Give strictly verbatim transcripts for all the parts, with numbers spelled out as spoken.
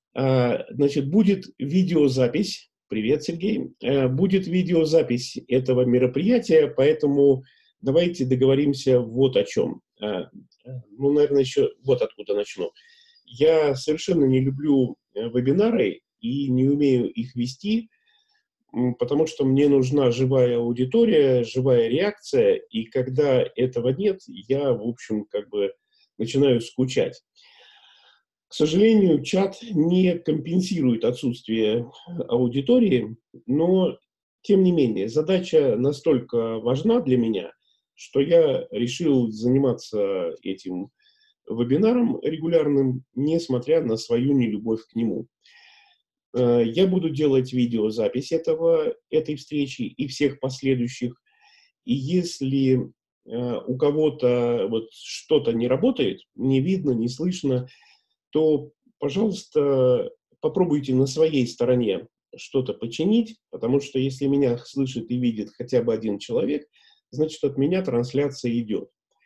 А, Значит, будет видеозапись. Привет, Сергей. Э, Будет видеозапись этого мероприятия, поэтому давайте договоримся вот о чем. А, Ну, наверное, еще вот откуда начну. Я совершенно не люблю э, вебинары и не умею их вести, м, потому что мне нужна живая аудитория, живая реакция, и когда этого нет, я, в общем, как бы начинаю скучать. К сожалению, чат не компенсирует отсутствие аудитории, но, тем не менее, задача настолько важна для меня, что я решил заниматься этим вебинаром регулярным, несмотря на свою нелюбовь к нему. Э, Я буду делать видеозапись этого, этой встречи и всех последующих. И если э, у кого-то вот что-то не работает, не видно, не слышно, то, пожалуйста, попробуйте на своей стороне что-то починить, потому что если меня слышит и видит хотя бы один человек, значит, от меня трансляция идет.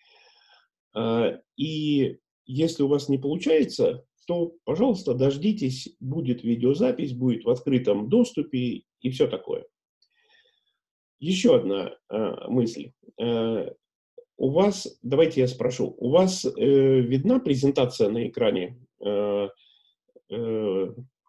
А, И если у вас не получается, то, пожалуйста, дождитесь, будет видеозапись, будет в открытом доступе и все такое. Еще одна а, мысль. А, У вас, давайте я спрошу, у вас э, видна презентация на экране? Э, э,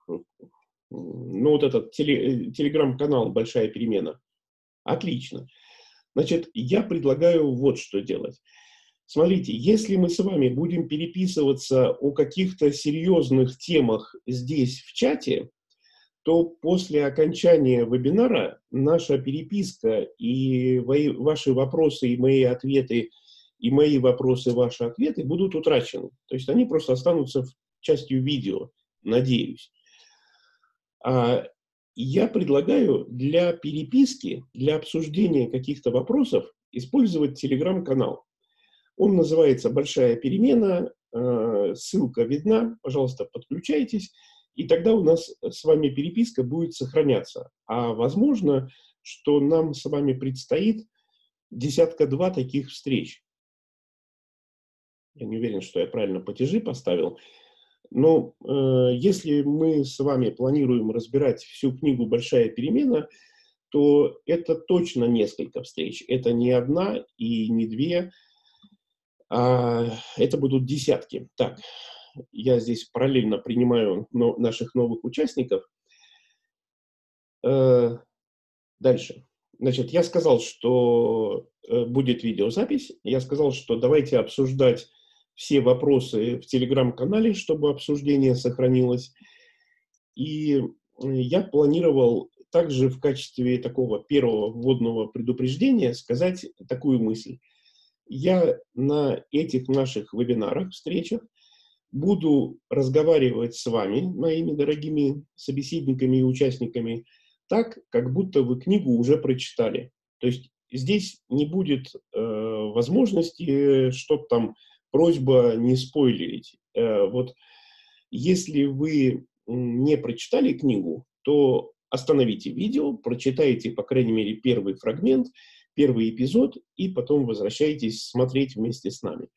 ну, вот этот теле- э, телеграм-канал «Большая перемена». Отлично. Значит, я предлагаю вот что делать. Смотрите, если мы с вами будем переписываться о каких-то серьезных темах здесь в чате, то после окончания вебинара наша переписка и вои- ваши вопросы и мои ответы, и мои вопросы, ваши ответы будут утрачены. То есть они просто останутся в- частью видео, надеюсь. А я предлагаю для переписки, для обсуждения каких-то вопросов использовать телеграм-канал. Он называется «Большая перемена», э, ссылка видна, пожалуйста, подключайтесь, и тогда у нас с вами переписка будет сохраняться. А возможно, что нам с вами предстоит десятка-два таких встреч. Я не уверен, что я правильно платежи поставил. Но э, если мы с вами планируем разбирать всю книгу «Большая перемена», то это точно несколько встреч. Это не одна и не две, а это будут десятки. Так, я здесь параллельно принимаю но- наших новых участников. Э, Дальше. Значит, я сказал, что э, будет видеозапись. Я сказал, что давайте обсуждать все вопросы в телеграм-канале, чтобы обсуждение сохранилось. И э, я планировал также в качестве такого первого вводного предупреждения сказать такую мысль. Я на этих наших вебинарах, встречах буду разговаривать с вами, моими дорогими собеседниками и участниками, так, как будто вы книгу уже прочитали. То есть здесь не будет э, возможности что-то там, просьба не спойлерить. Э, вот если вы м, не прочитали книгу, то остановите видео, прочитайте, по крайней мере, первый фрагмент, первый эпизод, и потом возвращайтесь смотреть вместе с нами.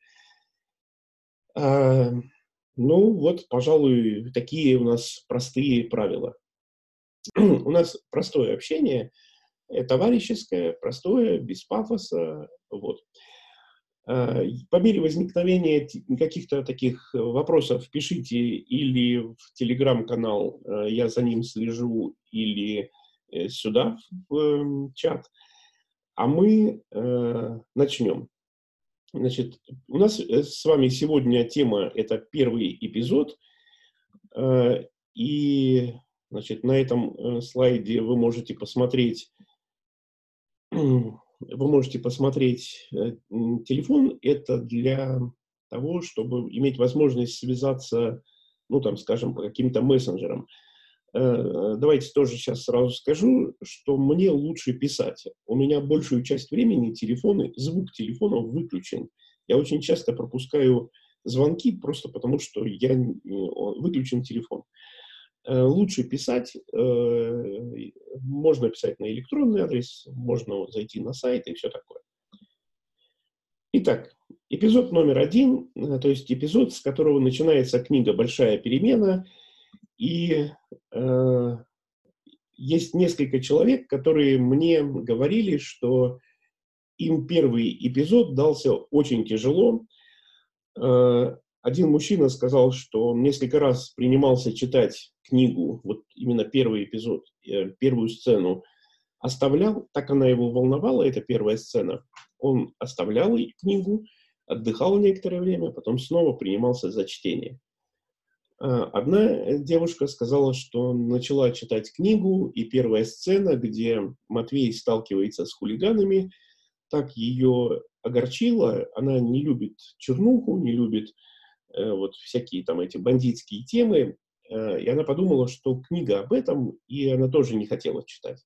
А, ну, вот, пожалуй, такие у нас простые правила. У нас простое общение, э, товарищеское, простое, без пафоса. Вот. А, и По мере возникновения ти- каких-то таких э, вопросов пишите или в телеграм-канал, э, я за ним слежу, или э, сюда, в эм, чат, а мы э, начнем. Значит, у нас э, с вами сегодня тема — это первый эпизод. Э, И, значит, на этом э, слайде вы можете посмотреть, вы можете посмотреть э, м, телефон. Это для того, чтобы иметь возможность связаться, ну, там, скажем, по каким-то мессенджерам. Э, Давайте тоже сейчас сразу скажу, что мне лучше писать. У меня большую часть времени телефоны, звук телефона выключен. Я очень часто пропускаю звонки просто потому, что я н- он- выключен телефон. Э, Лучше писать, э, можно писать на электронный адрес, можно вот зайти на сайт и все такое. Итак, эпизод номер один, э, то есть эпизод, с которого начинается книга «Большая перемена». И э, есть несколько человек, которые мне говорили, что им первый эпизод дался очень тяжело. Э, один мужчина сказал, что он несколько раз принимался читать книгу, вот именно первый эпизод, э, первую сцену, оставлял, так она его волновала, эта первая сцена. Он оставлял и книгу, отдыхал некоторое время, потом снова принимался за чтение. А, Одна девушка сказала, что начала читать книгу, и первая сцена, где Матвей сталкивается с хулиганами, так ее огорчило. Она не любит чернуху, не любит э, вот всякие там эти бандитские темы. Э, и она подумала, что книга об этом, и она тоже не хотела читать.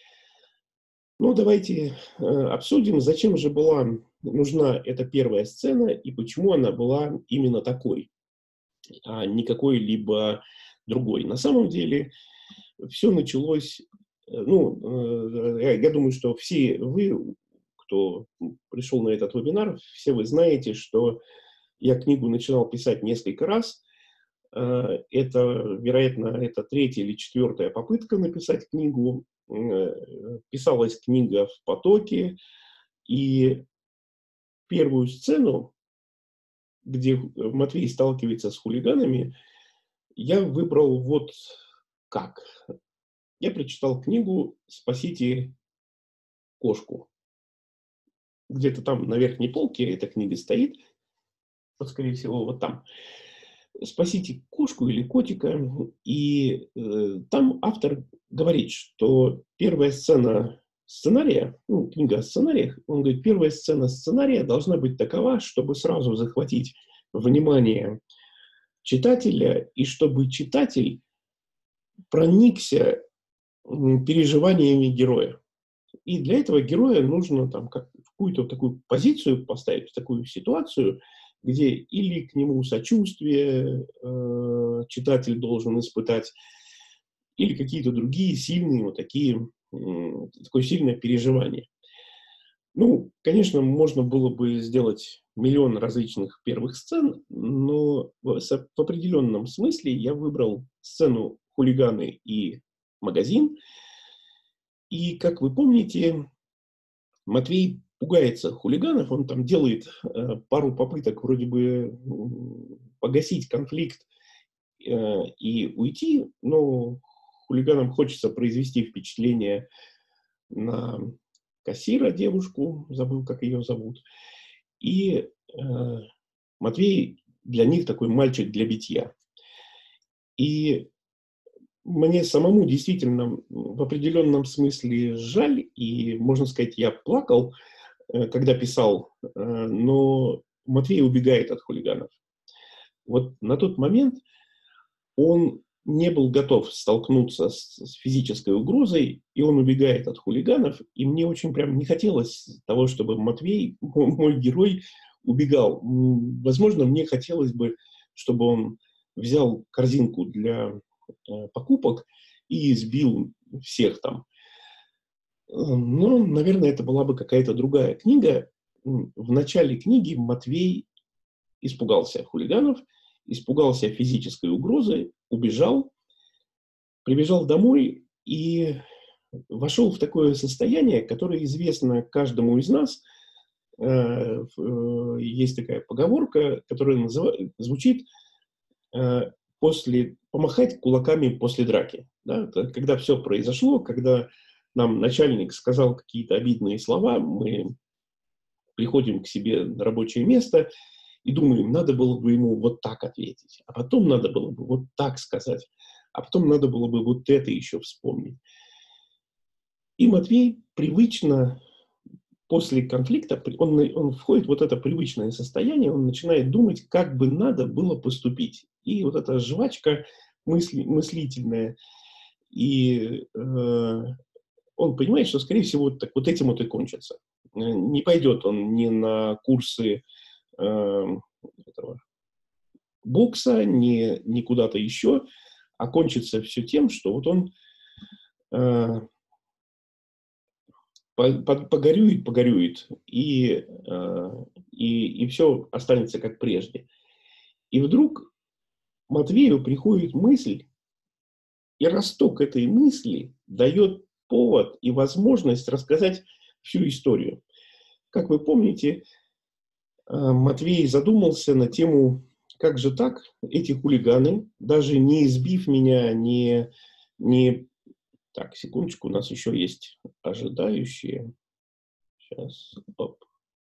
Ну, давайте э, обсудим, зачем же была нужна эта первая сцена и почему она была именно такой, а не какой-либо другой. На самом деле все началось, э, ну, э, я, я думаю, что все вы, кто пришел на этот вебинар, все вы знаете, что я книгу начинал писать несколько раз. Э, Это, вероятно, это третья или четвертая попытка написать книгу. Э, Писалась книга в потоке, и первую сцену, где Матвей сталкивается с хулиганами, я выбрал вот как. Я прочитал книгу «Спасите кошку». Где-то там на верхней полке эта книга стоит, вот, скорее всего, вот там. «Спасите кошку» или «котика». И э, там автор говорит, что первая сцена сценария, ну, книга о сценариях, он говорит, первая сцена сценария должна быть такова, чтобы сразу захватить внимание читателя, и чтобы читатель проникся м, переживаниями героя. И для этого героя нужно там как, в какую-то такую позицию поставить, в такую ситуацию, где или к нему сочувствие э, читатель должен испытать, или какие-то другие сильные вот такие, м, такое сильное переживание. Ну, конечно, можно было бы сделать миллион различных первых сцен, но в, с- в определенном смысле я выбрал сцену хулиганы и магазин. И, как вы помните, Матвей пугается хулиганов, он там делает э, пару попыток вроде бы м, погасить конфликт э, и уйти, но хулиганам хочется произвести впечатление на кассира девушку, забыл, как ее зовут, и э, Матвей для них такой мальчик для битья. И мне самому действительно в определенном смысле жаль, и, можно сказать, я плакал, э, когда писал, э, но Матвей убегает от хулиганов. Вот на тот момент он не был готов столкнуться с, с физической угрозой, и он убегает от хулиганов, и мне очень прям не хотелось того, чтобы Матвей, мой герой, убегал. Возможно, мне хотелось бы, чтобы он взял корзинку для э, покупок и избил всех там. Но, наверное, это была бы какая-то другая книга. В начале книги Матвей испугался хулиганов, испугался физической угрозы, убежал, прибежал домой и вошел в такое состояние, которое известно каждому из нас. Э, э, Есть такая поговорка, которая называ- звучит э, после, помахать кулаками после драки. Да? Это когда все произошло, когда нам начальник сказал какие-то обидные слова, мы приходим к себе на рабочее место и думаем, надо было бы ему вот так ответить, а потом надо было бы вот так сказать, а потом надо было бы вот это еще вспомнить. И Матвей привычно после конфликта, он, он входит в вот это привычное состояние, он начинает думать, как бы надо было поступить. И вот эта жвачка мысли, мыслительная, и э, он понимает, что, скорее всего, вот, так, вот этим вот и кончится. Э, Не пойдет он ни на курсы э, этого бокса, ни, ни куда-то еще, а кончится все тем, что вот он э, погорюет, погорюет, и, э, и, и все останется как прежде. И вдруг Матвею приходит мысль, и росток этой мысли дает повод и возможность рассказать всю историю. Как вы помните, Матвей задумался на тему, как же так, эти хулиганы, даже не избив меня, не, не... Так, секундочку, у нас еще есть ожидающие. Сейчас, оп.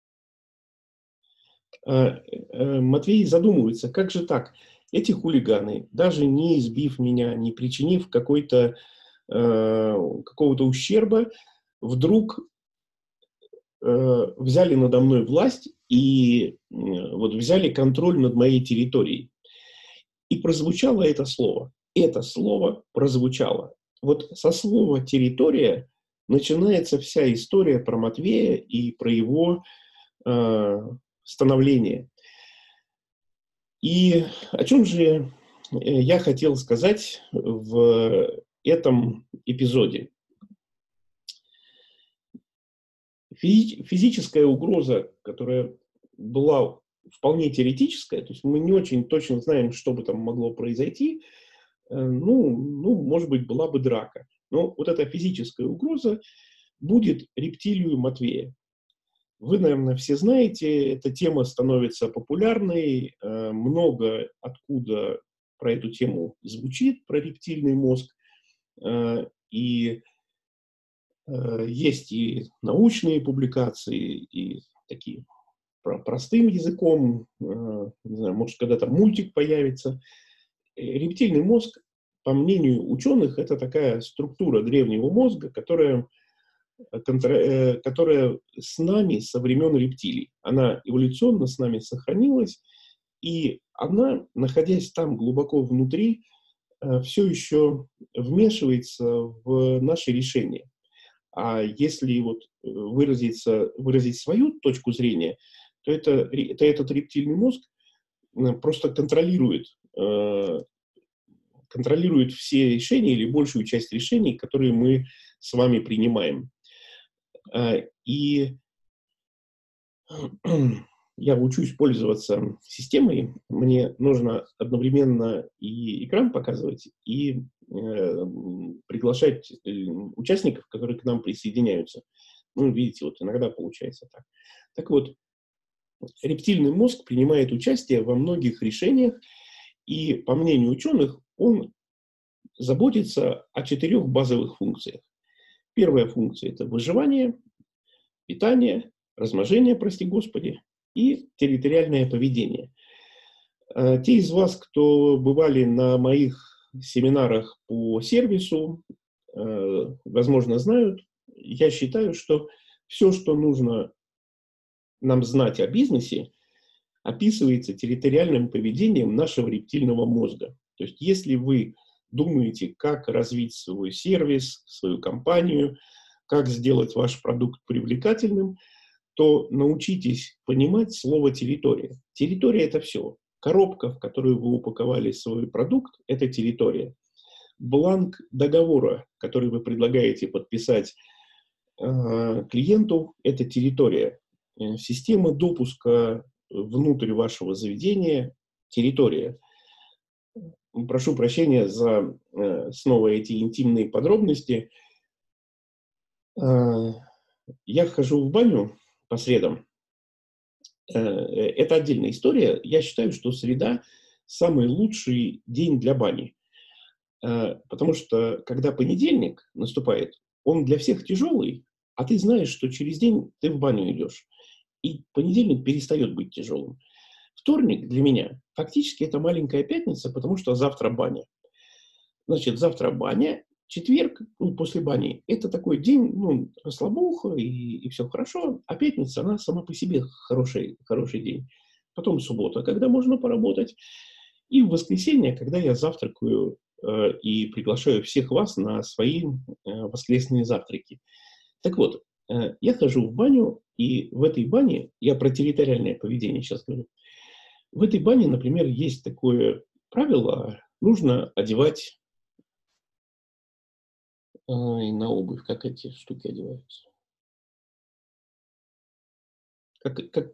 Матвей задумывается, как же так, эти хулиганы, даже не избив меня, не причинив какой-то, э, какого-то ущерба, вдруг э, взяли надо мной власть и э, вот взяли контроль над моей территорией. И прозвучало это слово. Это слово прозвучало. Вот со слова «территория» начинается вся история про Матвея и про его э, становление. И о чем же я хотел сказать в этом эпизоде? Физи- физическая угроза, которая была вполне теоретическая, то есть мы не очень точно знаем, что бы там могло произойти, э, ну, ну, может быть, была бы драка. Но вот эта физическая угроза будет рептилию Матвея. Вы, наверное, все знаете, эта тема становится популярной, э, много откуда про эту тему звучит, про рептильный мозг, э, и э, есть и научные публикации, и такие про- простым языком, э, не знаю, может, когда-то мультик появится. Э, Рептильный мозг, по мнению ученых, это такая структура древнего мозга, которая контра- э, которая с нами со времен рептилий. Она эволюционно с нами сохранилась, и она, находясь там глубоко внутри, э, все еще вмешивается в наши решения. А если вот э, выразиться, выразить свою точку зрения, то это, ре- это этот рептильный мозг э, просто контролирует, э, контролирует все решения или большую часть решений, которые мы с вами принимаем. Э, И я учусь пользоваться системой, мне нужно одновременно и экран показывать, и э, приглашать э, участников, которые к нам присоединяются. Ну, видите, вот иногда получается так. Так вот, рептильный мозг принимает участие во многих решениях, и, по мнению ученых, он заботится о четырех базовых функциях. Первая функция – это выживание, питание, размножение, прости господи, и территориальное поведение. Э, Те из вас, кто бывали на моих семинарах по сервису, э, возможно, знают, я считаю, что все, что нужно нам знать о бизнесе, описывается территориальным поведением нашего рептильного мозга. То есть, если вы думаете, как развить свой сервис, свою компанию, как сделать ваш продукт привлекательным, то научитесь понимать слово «территория». Территория – это все. Коробка, в которую вы упаковали свой продукт, это территория. Бланк договора, который вы предлагаете подписать э, клиенту, это территория. Э, Система допуска внутрь вашего заведения – территория. Прошу прощения за э, снова эти интимные подробности. Э, я хожу в баню по средам. Э, это отдельная история. Я считаю, что среда – самый лучший день для бани. Э, Потому что, когда понедельник наступает, он для всех тяжелый, а ты знаешь, что через день ты в баню идешь. И понедельник перестает быть тяжелым. Вторник для меня фактически это маленькая пятница, потому что завтра баня. Значит, завтра баня, четверг, ну, после бани, это такой день, ну, расслабуха, и, и все хорошо, а пятница, она сама по себе хороший, хороший день. Потом суббота, когда можно поработать, и в воскресенье, когда я завтракаю э, и приглашаю всех вас на свои э, воскресные завтраки. Так вот, э, я хожу в баню, и в этой бане, я про территориальное поведение сейчас говорю, в этой бане, например, есть такое правило, нужно одевать ай, на обувь, как эти штуки одеваются. Как, как,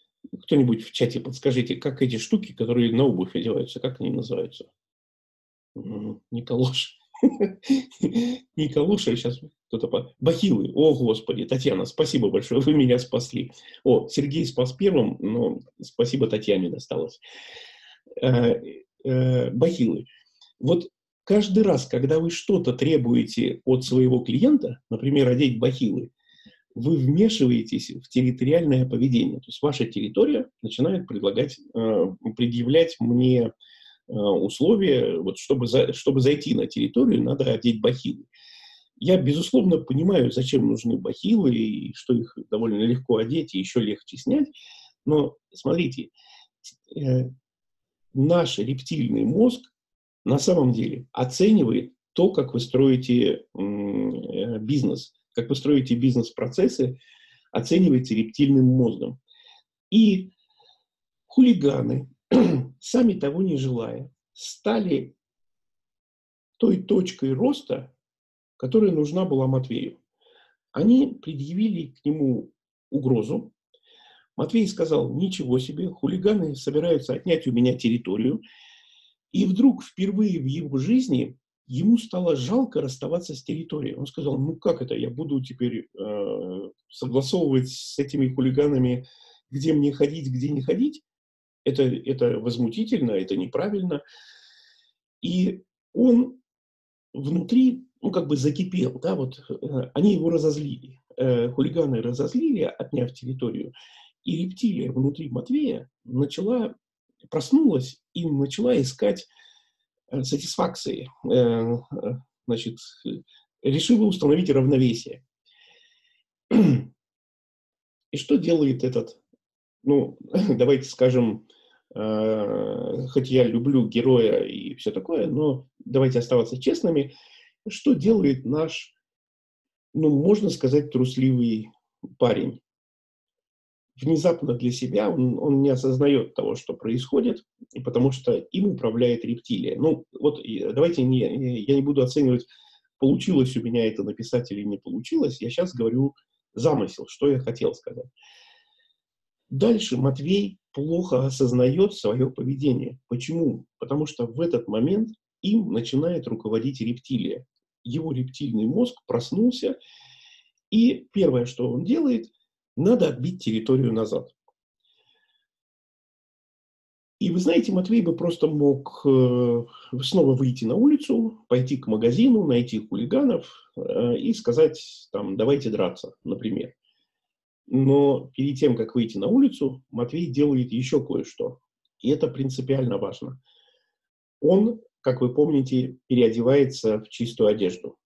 кто-нибудь в чате подскажите, как эти штуки, которые на обувь одеваются, как они называются? Николоша. Николоша, сейчас кто-то... По... Бахилы. О, Господи, Татьяна, спасибо большое, вы меня спасли. О, Сергей спас первым, но спасибо Татьяне досталось. Э, э, бахилы. Вот каждый раз, когда вы что-то требуете от своего клиента, например, одеть бахилы, вы вмешиваетесь в территориальное поведение. То есть ваша территория начинает предлагать, э, предъявлять мне условия, вот чтобы, за, чтобы зайти на территорию, надо одеть бахилы. Я, безусловно, понимаю, зачем нужны бахилы, и что их довольно легко одеть, и еще легче снять. Но, смотрите, э, наш рептильный мозг на самом деле оценивает то, как вы строите э, бизнес, как вы строите бизнес-процессы, оценивается рептильным мозгом. И хулиганы, сами того не желая, стали той точкой роста, которая нужна была Матвею. Они предъявили к нему угрозу. Матвей сказал: ничего себе, хулиганы собираются отнять у меня территорию. И вдруг впервые в его жизни ему стало жалко расставаться с территорией. Он сказал: ну как это, я буду теперь э, согласовывать с этими хулиганами, где мне ходить, где не ходить? Это, это возмутительно, это неправильно. И он внутри, ну, как бы закипел, да, вот, э, они его разозлили. Э, хулиганы разозлили, отняв территорию, и рептилия внутри Матвея начала, проснулась и начала искать э, сатисфакции. Э, э, значит, э, решила установить равновесие. И что делает этот, ну, давайте скажем, э, хоть я люблю героя и все такое, но давайте оставаться честными, что делает наш, ну, можно сказать, трусливый парень? Внезапно для себя он, он не осознает того, что происходит, и потому что им управляет рептилия. Ну, вот давайте не, я не буду оценивать, получилось у меня это написать или не получилось. Я сейчас говорю замысел, что я хотел сказать. Дальше Матвей плохо осознает свое поведение. Почему? Потому что в этот момент им начинает руководить рептилия. Его рептильный мозг проснулся, и первое, что он делает, надо отбить территорию назад. И вы знаете, Матвей бы просто мог э, снова выйти на улицу, пойти к магазину, найти хулиганов э, и сказать, там, давайте драться, например. Но перед тем, как выйти на улицу, Матвей делает еще кое-что. И это принципиально важно. Он, как вы помните, переодевается в чистую одежду.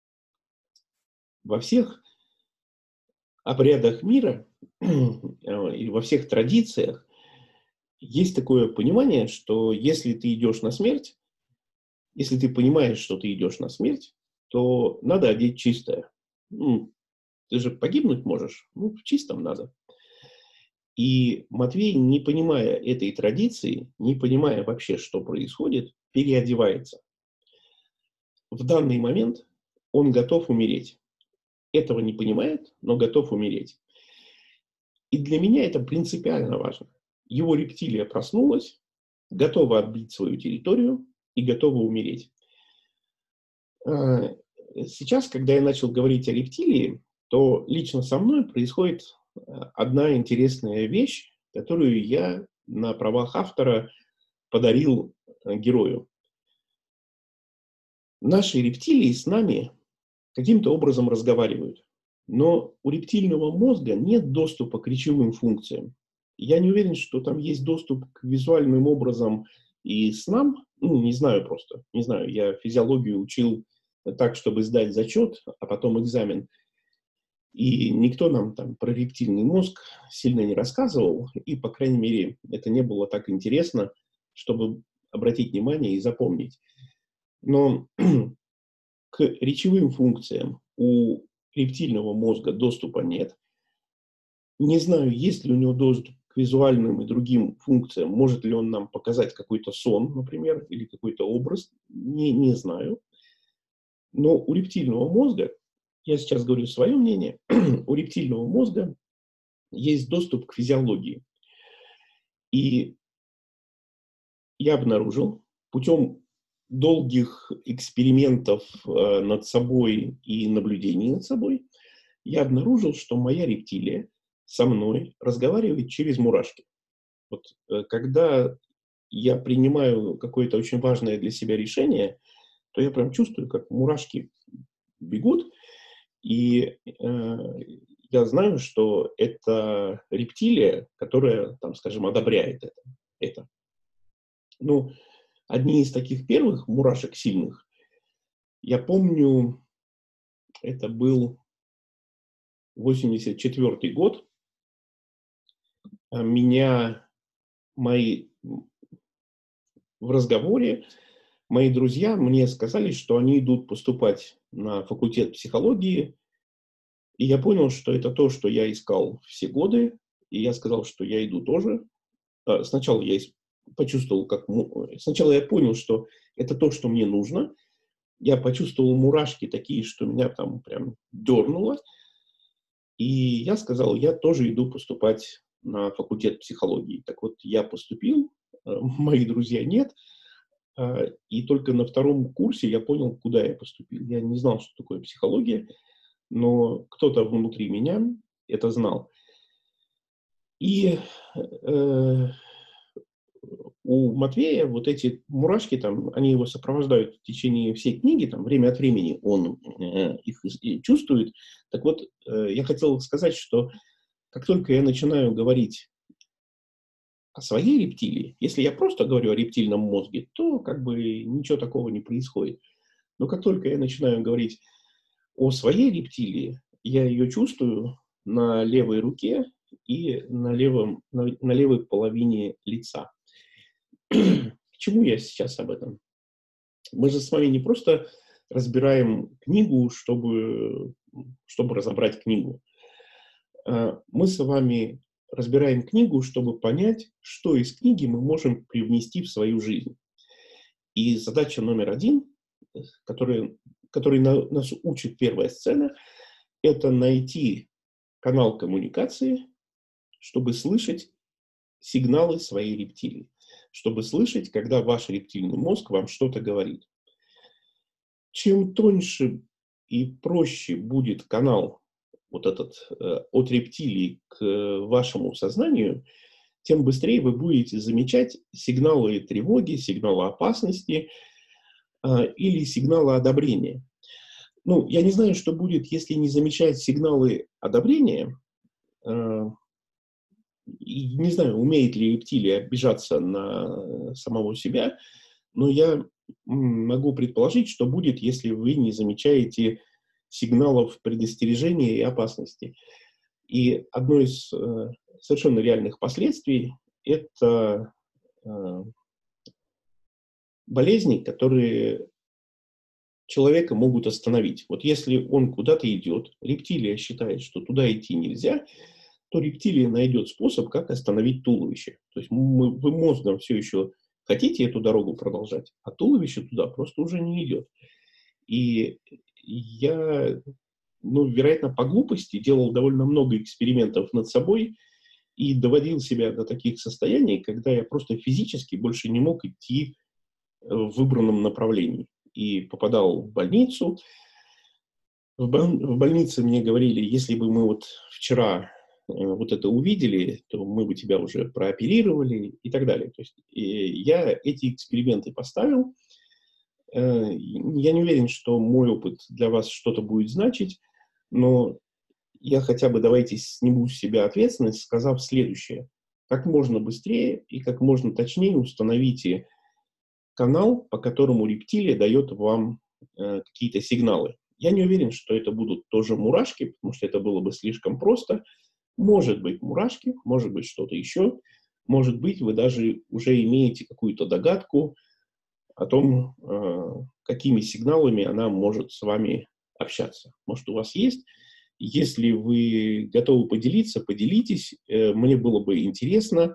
Во всех обрядах мира и во всех традициях есть такое понимание, что если ты идешь на смерть, если ты понимаешь, что ты идешь на смерть, то надо одеть чистое. Ну, ты же погибнуть можешь, ну, в чистом надо. И Матвей, не понимая этой традиции, не понимая вообще, что происходит, переодевается. В данный момент он готов умереть. Этого не понимает, но готов умереть. И для меня это принципиально важно. Его рептилия проснулась, готова отбить свою территорию и готова умереть. Сейчас, когда я начал говорить о рептилии, то лично со мной происходит одна интересная вещь, которую я на правах автора подарил герою. Наши рептилии с нами каким-то образом разговаривают, но у рептильного мозга нет доступа к речевым функциям. Я не уверен, что там есть доступ к визуальным образам и снам. Ну, не знаю просто. Не знаю, я физиологию учил так, чтобы сдать зачет, а потом экзамен. И никто нам там про рептильный мозг сильно не рассказывал, и, по крайней мере, это не было так интересно, чтобы обратить внимание и запомнить. Но к речевым функциям у рептильного мозга доступа нет. Не знаю, есть ли у него доступ к визуальным и другим функциям, может ли он нам показать какой-то сон, например, или какой-то образ, не, не знаю. Но у рептильного мозга, я сейчас говорю свое мнение, у рептильного мозга есть доступ к физиологии. И я обнаружил путем долгих экспериментов э, над собой и наблюдений над собой я обнаружил, что моя рептилия со мной разговаривает через мурашки. Вот э, когда я принимаю какое-то очень важное для себя решение, то я прям чувствую, как мурашки бегут, и э, я знаю, что это рептилия, которая, там, скажем, одобряет это. это. Ну, одни из таких первых мурашек сильных, я помню, это был восемьдесят четвёртый год, а меня мои в разговоре мои друзья мне сказали, что они идут поступать на факультет психологии, и я понял, что это то, что я искал все годы, и я сказал, что я иду тоже. А, Сначала я ис- почувствовал, как... му- Сначала я понял, что это то, что мне нужно. Я почувствовал мурашки такие, что меня там прям дернуло. И я сказал, я тоже иду поступать на факультет психологии. Так вот, я поступил, э, мои друзья нет, а, и только на втором курсе я понял, куда я поступил. Я не знал, что такое психология, но кто-то внутри меня это знал. И э, у Матвея вот эти мурашки, там, они его сопровождают в течение всей книги, там, время от времени он э, их и чувствует. Так вот, э, я хотел сказать, что как только я начинаю говорить о своей рептилии, если я просто говорю о рептильном мозге, то как бы ничего такого не происходит. Но как только я начинаю говорить о своей рептилии, я ее чувствую на левой руке и на, левом, на, на левой половине лица. К чему я сейчас об этом? Мы же с вами не просто разбираем книгу, чтобы, чтобы разобрать книгу. А, Мы с вами разбираем книгу, чтобы понять, что из книги мы можем привнести в свою жизнь. И задача номер один, э, которая, которой на- нас учит первая сцена, это найти канал коммуникации, чтобы слышать сигналы своей рептилии, чтобы слышать, когда ваш рептильный мозг вам что-то говорит. Чем тоньше и проще будет канал вот этот э, от рептилии к э, вашему сознанию, тем быстрее вы будете замечать сигналы тревоги, сигналы опасности э, или сигналы одобрения. Ну, я не знаю, что будет, если не замечать сигналы одобрения. Э, и не знаю, умеет ли рептилия обижаться на самого себя, но я могу предположить, что будет, если вы не замечаете сигналов предостережения и опасности. И одно из э, совершенно реальных последствий – это э, болезни, которые человека могут остановить. Вот если он куда-то идет, рептилия считает, что туда идти нельзя, то рептилия найдет способ, как остановить туловище. То есть мы, вы мозгом все еще хотите эту дорогу продолжать, а туловище туда просто уже не идет. И я, ну, вероятно, по глупости делал довольно много экспериментов над собой и доводил себя до таких состояний, когда я просто физически больше не мог идти в выбранном направлении. И попадал в больницу. В, бол- в больнице мне говорили, если бы мы вот вчера э, вот это увидели, то мы бы тебя уже прооперировали и так далее. То есть э, я эти эксперименты поставил. Э, я не уверен, что мой опыт для вас что-то будет значить, но я хотя бы давайте сниму с себя ответственность, сказав следующее. Как можно быстрее и как можно точнее установите канал, по которому рептилия дает вам э, какие-то сигналы. Я не уверен, что это будут тоже мурашки, потому что это было бы слишком просто. Может быть мурашки, может быть что-то еще. Может быть, вы даже уже имеете какую-то догадку о том, э, какими сигналами она может с вами общаться. Может, у вас есть. Если вы готовы поделиться, поделитесь. Э, мне было бы интересно.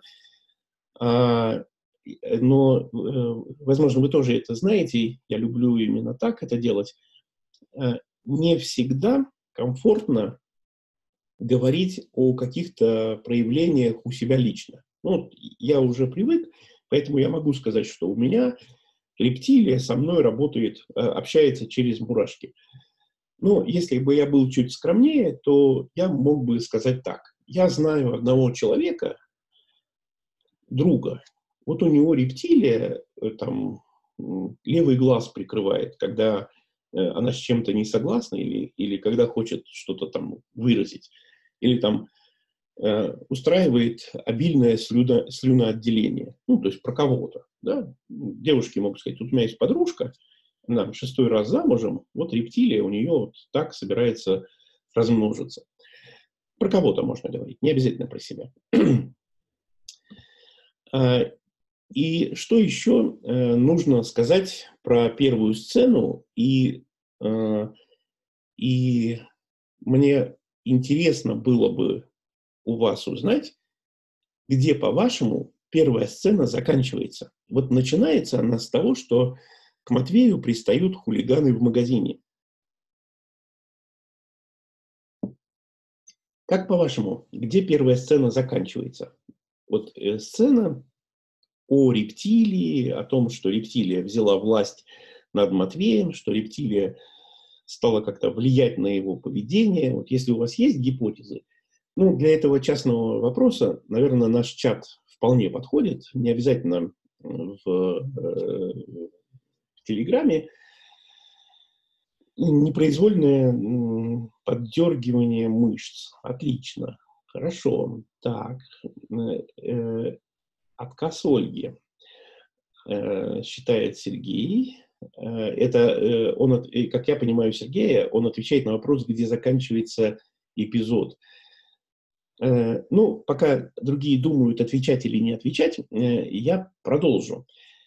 А, э, но, э, возможно, вы тоже это знаете, я люблю именно так это делать. Э, Не всегда комфортно говорить о каких-то проявлениях у себя лично. Ну, вот я уже привык, поэтому я могу сказать, что у меня рептилия со мной работает, общается через мурашки. Но если бы я был чуть скромнее, то я мог бы сказать так. Я знаю одного человека, друга. Вот у него рептилия там левый глаз прикрывает, когда она с чем-то не согласна или, или когда хочет что-то там выразить. Или там э, устраивает обильное слюно, слюноотделение. Ну, то есть про кого-то. Да? Девушки могут сказать, тут у меня есть подружка, она шестой раз замужем, вот рептилия у нее вот так собирается размножиться. Про кого-то можно говорить, не обязательно про себя. И что еще э, нужно сказать про первую сцену? И, э, и мне интересно было бы у вас узнать, где, по-вашему, первая сцена заканчивается. Вот начинается она с того, что к Матвею пристают хулиганы в магазине. Как, по-вашему, где первая сцена заканчивается? Вот э, сцена о рептилии, о том, что рептилия взяла власть над Матвеем, что рептилия стала как-то влиять на его поведение. Вот если у вас есть гипотезы, ну, для этого частного вопроса, наверное, наш чат вполне подходит, не обязательно в, э, в Телеграме. Непроизвольное м, поддергивание мышц. Отлично. Хорошо. Так. Э, э, отказ Ольги. Э, считает Сергей. Э, это э, он, от- э, как я понимаю Сергея, он отвечает на вопрос, где заканчивается эпизод. Э, ну, пока другие думают, отвечать или не отвечать, э, я продолжу.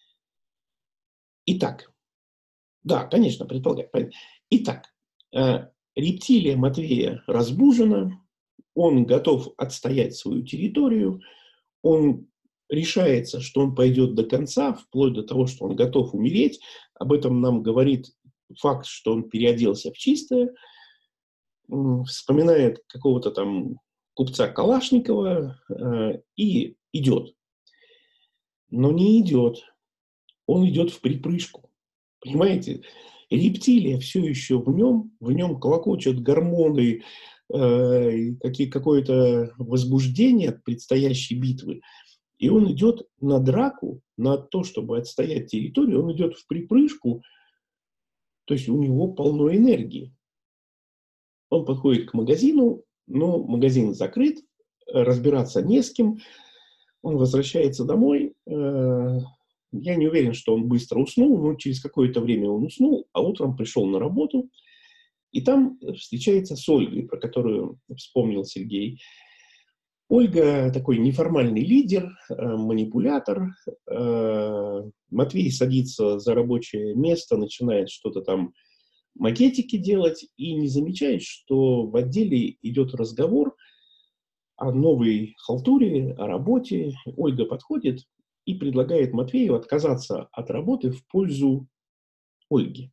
Итак, да, конечно, предполагаю. понятно. Итак, э, рептилия Матвея разбужена, он готов отстоять свою территорию, он решается, что он пойдет до конца, вплоть до того, что он готов умереть. Об этом нам говорит факт, что он переоделся в чистое, м, вспоминает какого-то там купца Калашникова э, и идет. Но не идет. Он идет в припрыжку. Понимаете? Рептилия все еще в нем, в нем клокочут гормоны, э, какие, какое-то возбуждение от предстоящей битвы. И он идет на драку, на то, чтобы отстоять территорию, он идет в припрыжку, то есть у него полно энергии. Он подходит к магазину, но магазин закрыт, разбираться не с кем, он возвращается домой. э, Я не уверен, что он быстро уснул, но через какое-то время он уснул, а утром пришел на работу, и там встречается с Ольгой, про которую вспомнил Сергей. Ольга такой неформальный лидер, э, манипулятор. Э, Матвей садится за рабочее место, начинает что-то там макетики делать и не замечает, что в отделе идет разговор о новой халтуре, о работе. Ольга подходит и предлагает Матвею отказаться от работы в пользу Ольги.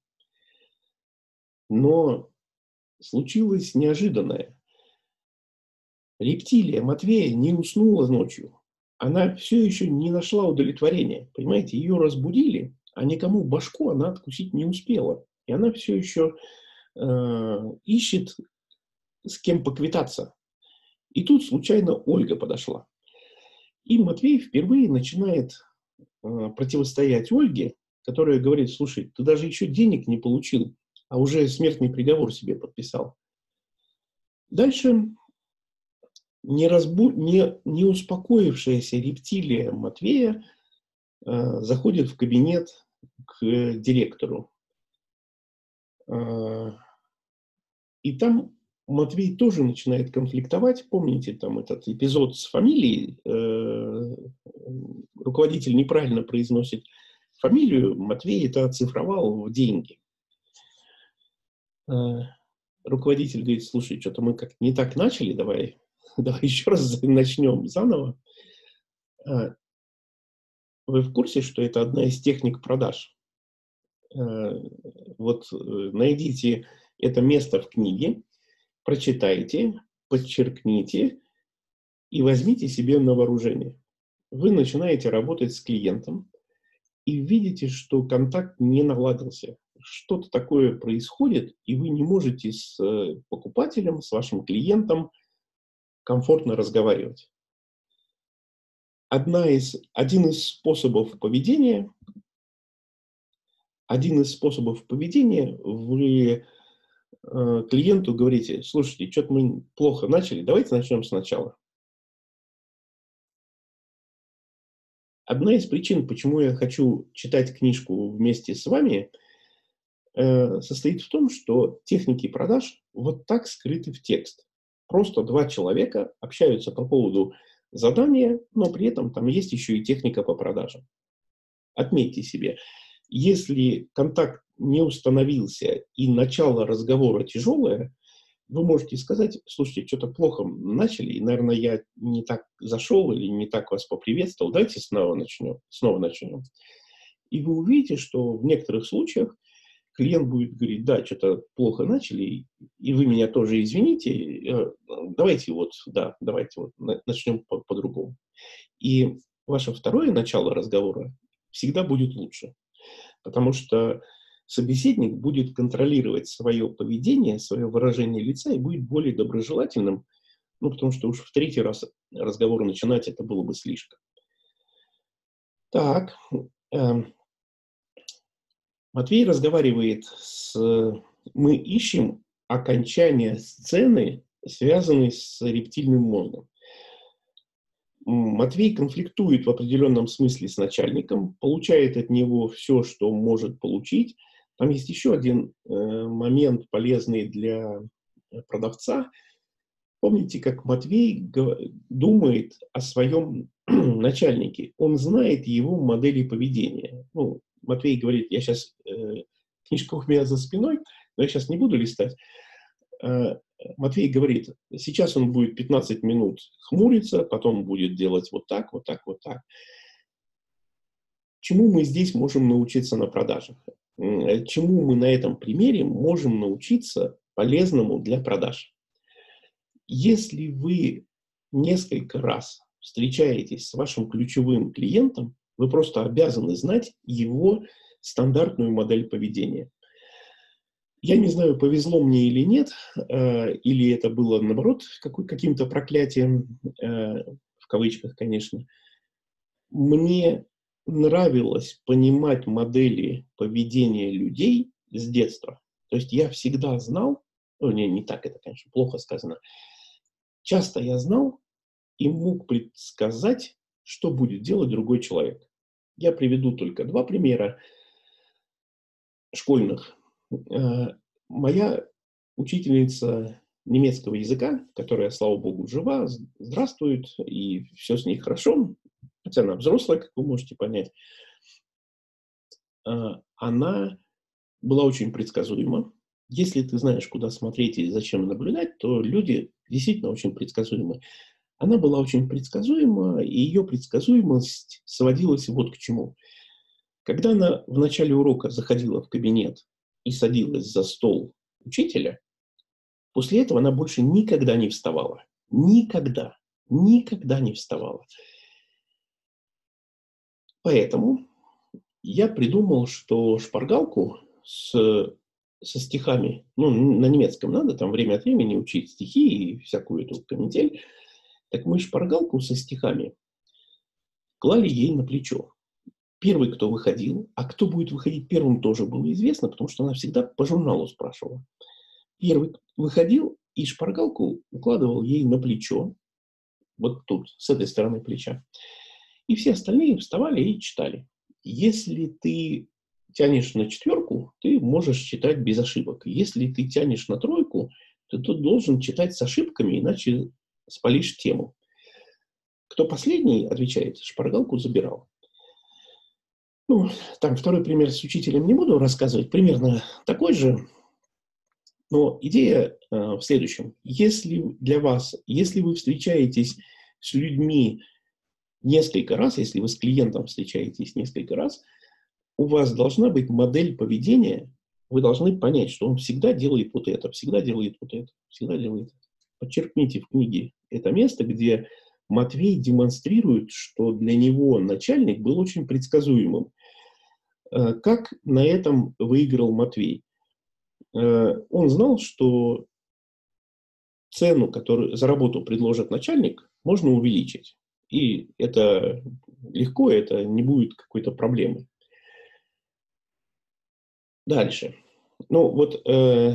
Но случилось неожиданное. Рептилия Матвея не уснула ночью. Она все еще не нашла удовлетворения. Понимаете, ее разбудили, а никому башку она откусить не успела. И она все еще э, ищет, с кем поквитаться. И тут случайно Ольга подошла. И Матвей впервые начинает э, противостоять Ольге, которая говорит, слушай, ты даже еще денег не получил, а уже смертный приговор себе подписал. Дальше не, разбу... не, не успокоившаяся рептилия Матвея э, заходит в кабинет к э, директору. Э, и там Матвей тоже начинает конфликтовать. Помните там этот эпизод с фамилией? Э, руководитель неправильно произносит фамилию, Матвей это оцифровал в деньги. Э, руководитель говорит, слушай, что-то мы как не так начали, давай, давай еще раз начнем заново. Э, вы в курсе, что это одна из техник продаж? Э, вот э, найдите это место в книге, прочитайте, подчеркните и возьмите себе на вооружение. Вы начинаете работать с клиентом, и видите, что контакт не наладился. Что-то такое происходит, и вы не можете с э, покупателем, с вашим клиентом комфортно разговаривать. Одна из, один из способов поведения, один из способов поведения, вы э, клиенту говорите: слушайте, что-то мы плохо начали, давайте начнем сначала. Одна из причин, почему я хочу читать книжку вместе с вами, э, состоит в том, что техники продаж вот так скрыты в текст. Просто два человека общаются по поводу задания, но при этом там есть еще и техника по продажам. Отметьте себе, если контакт не установился и начало разговора тяжелое, вы можете сказать: слушайте, что-то плохо начали, и, наверное, я не так зашел или не так вас поприветствовал, давайте снова начнем. Снова начнем. И вы увидите, что в некоторых случаях клиент будет говорить: да, что-то плохо начали, и вы меня тоже извините, давайте вот, да, давайте вот начнем по- по-другому. И ваше второе начало разговора всегда будет лучше, потому что собеседник будет контролировать свое поведение, свое выражение лица и будет более доброжелательным, ну, потому что уж в третий раз разговор начинать это было бы слишком. Так, эм, Матвей разговаривает с... Мы ищем окончание сцены, связанной с рептильным мозгом. Матвей конфликтует в определенном смысле с начальником, получает от него все, что может получить. Там есть еще один э, момент, полезный для продавца. Помните, как Матвей г- думает о своем начальнике? Он знает его модели поведения. Ну, Матвей говорит: я сейчас, э, книжка у меня за спиной, но я сейчас не буду листать. Э, Матвей говорит: сейчас он будет пятнадцать минут хмуриться, потом будет делать вот так, вот так, вот так. Чему мы здесь можем научиться на продажах? М, Чему мы на этом примере можем научиться полезному для продаж? Если вы несколько раз встречаетесь с вашим ключевым клиентом, вы просто обязаны знать его стандартную модель поведения. Я не знаю, повезло мне или нет, э, или это было, наоборот, какой, каким-то проклятием, э, в кавычках, конечно. Мне нравилось понимать модели поведения людей с детства. То есть я всегда знал, ну, не, не так это, конечно, плохо сказано, часто я знал и мог предсказать, что будет делать другой человек. Я приведу только два примера школьных. Э, Моя учительница немецкого языка, которая, слава богу, жива, здравствует, и все с ней хорошо, хотя она взрослая, как вы можете понять, э, она была очень предсказуема. Если ты знаешь, куда смотреть и зачем наблюдать, то люди действительно очень предсказуемы. Она была очень предсказуема, и ее предсказуемость сводилась вот к чему. Когда она в начале урока заходила в кабинет и садилась за стол учителя, после этого она больше никогда не вставала. Никогда. Никогда не вставала. Поэтому я придумал, что шпаргалку с, со стихами, ну, на немецком надо там время от времени учить стихи и всякую эту канитель, так мы шпаргалку со стихами клали ей на плечо. Первый, кто выходил, а кто будет выходить первым, тоже было известно, потому что она всегда по журналу спрашивала. Первый выходил и шпаргалку укладывал ей на плечо, вот тут, с этой стороны плеча. И все остальные вставали и читали. Если ты тянешь на четверку, ты можешь читать без ошибок. Если ты тянешь на тройку, то ты должен читать с ошибками, иначе спалишь тему. Кто последний отвечает, шпаргалку забирал. Ну, там второй пример с учителем не буду рассказывать, примерно такой же. Но идея э, в следующем. Если для вас, если вы встречаетесь с людьми несколько раз, если вы с клиентом встречаетесь несколько раз, у вас должна быть модель поведения, вы должны понять, что он всегда делает вот это, всегда делает вот это, всегда делает это. Подчеркните в книге это место, где Матвей демонстрирует, что для него начальник был очень предсказуемым. Э, Как на этом выиграл Матвей? Э, Он знал, что цену, которую за работу предложит начальник, можно увеличить. И это легко, это не будет какой-то проблемы. Дальше. Ну вот э,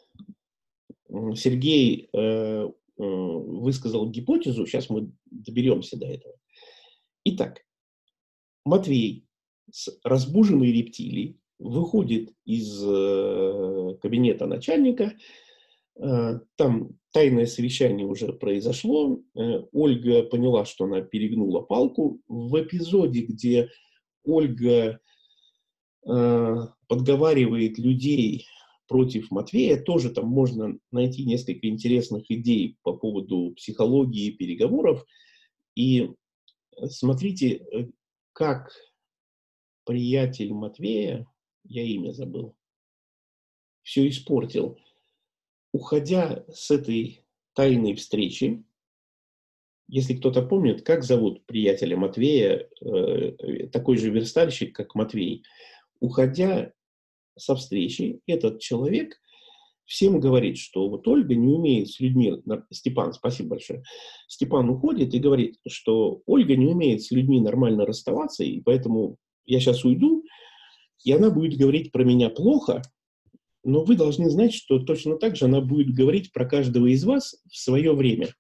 Сергей э, э, высказал гипотезу, сейчас мы доберемся до этого. Итак, Матвей с разбуженной рептилией выходит из э, кабинета начальника. Э, там тайное совещание уже произошло. Э, Ольга поняла, что она перегнула палку. В эпизоде, где Ольга э, подговаривает людей против Матвея, тоже там можно найти несколько интересных идей по поводу психологии переговоров. И смотрите, э, как приятель Матвея, я имя забыл, все испортил. Уходя с этой тайной встречи, если кто-то помнит, как зовут приятеля Матвея, э, такой же верстальщик, как Матвей, уходя со встречи, этот человек всем говорит, что вот Ольга не умеет с людьми, Степан, спасибо большое, Степан уходит и говорит, что Ольга не умеет с людьми нормально расставаться, и поэтому я сейчас уйду, и она будет говорить про меня плохо, но вы должны знать, что точно так же она будет говорить про каждого из вас в свое время.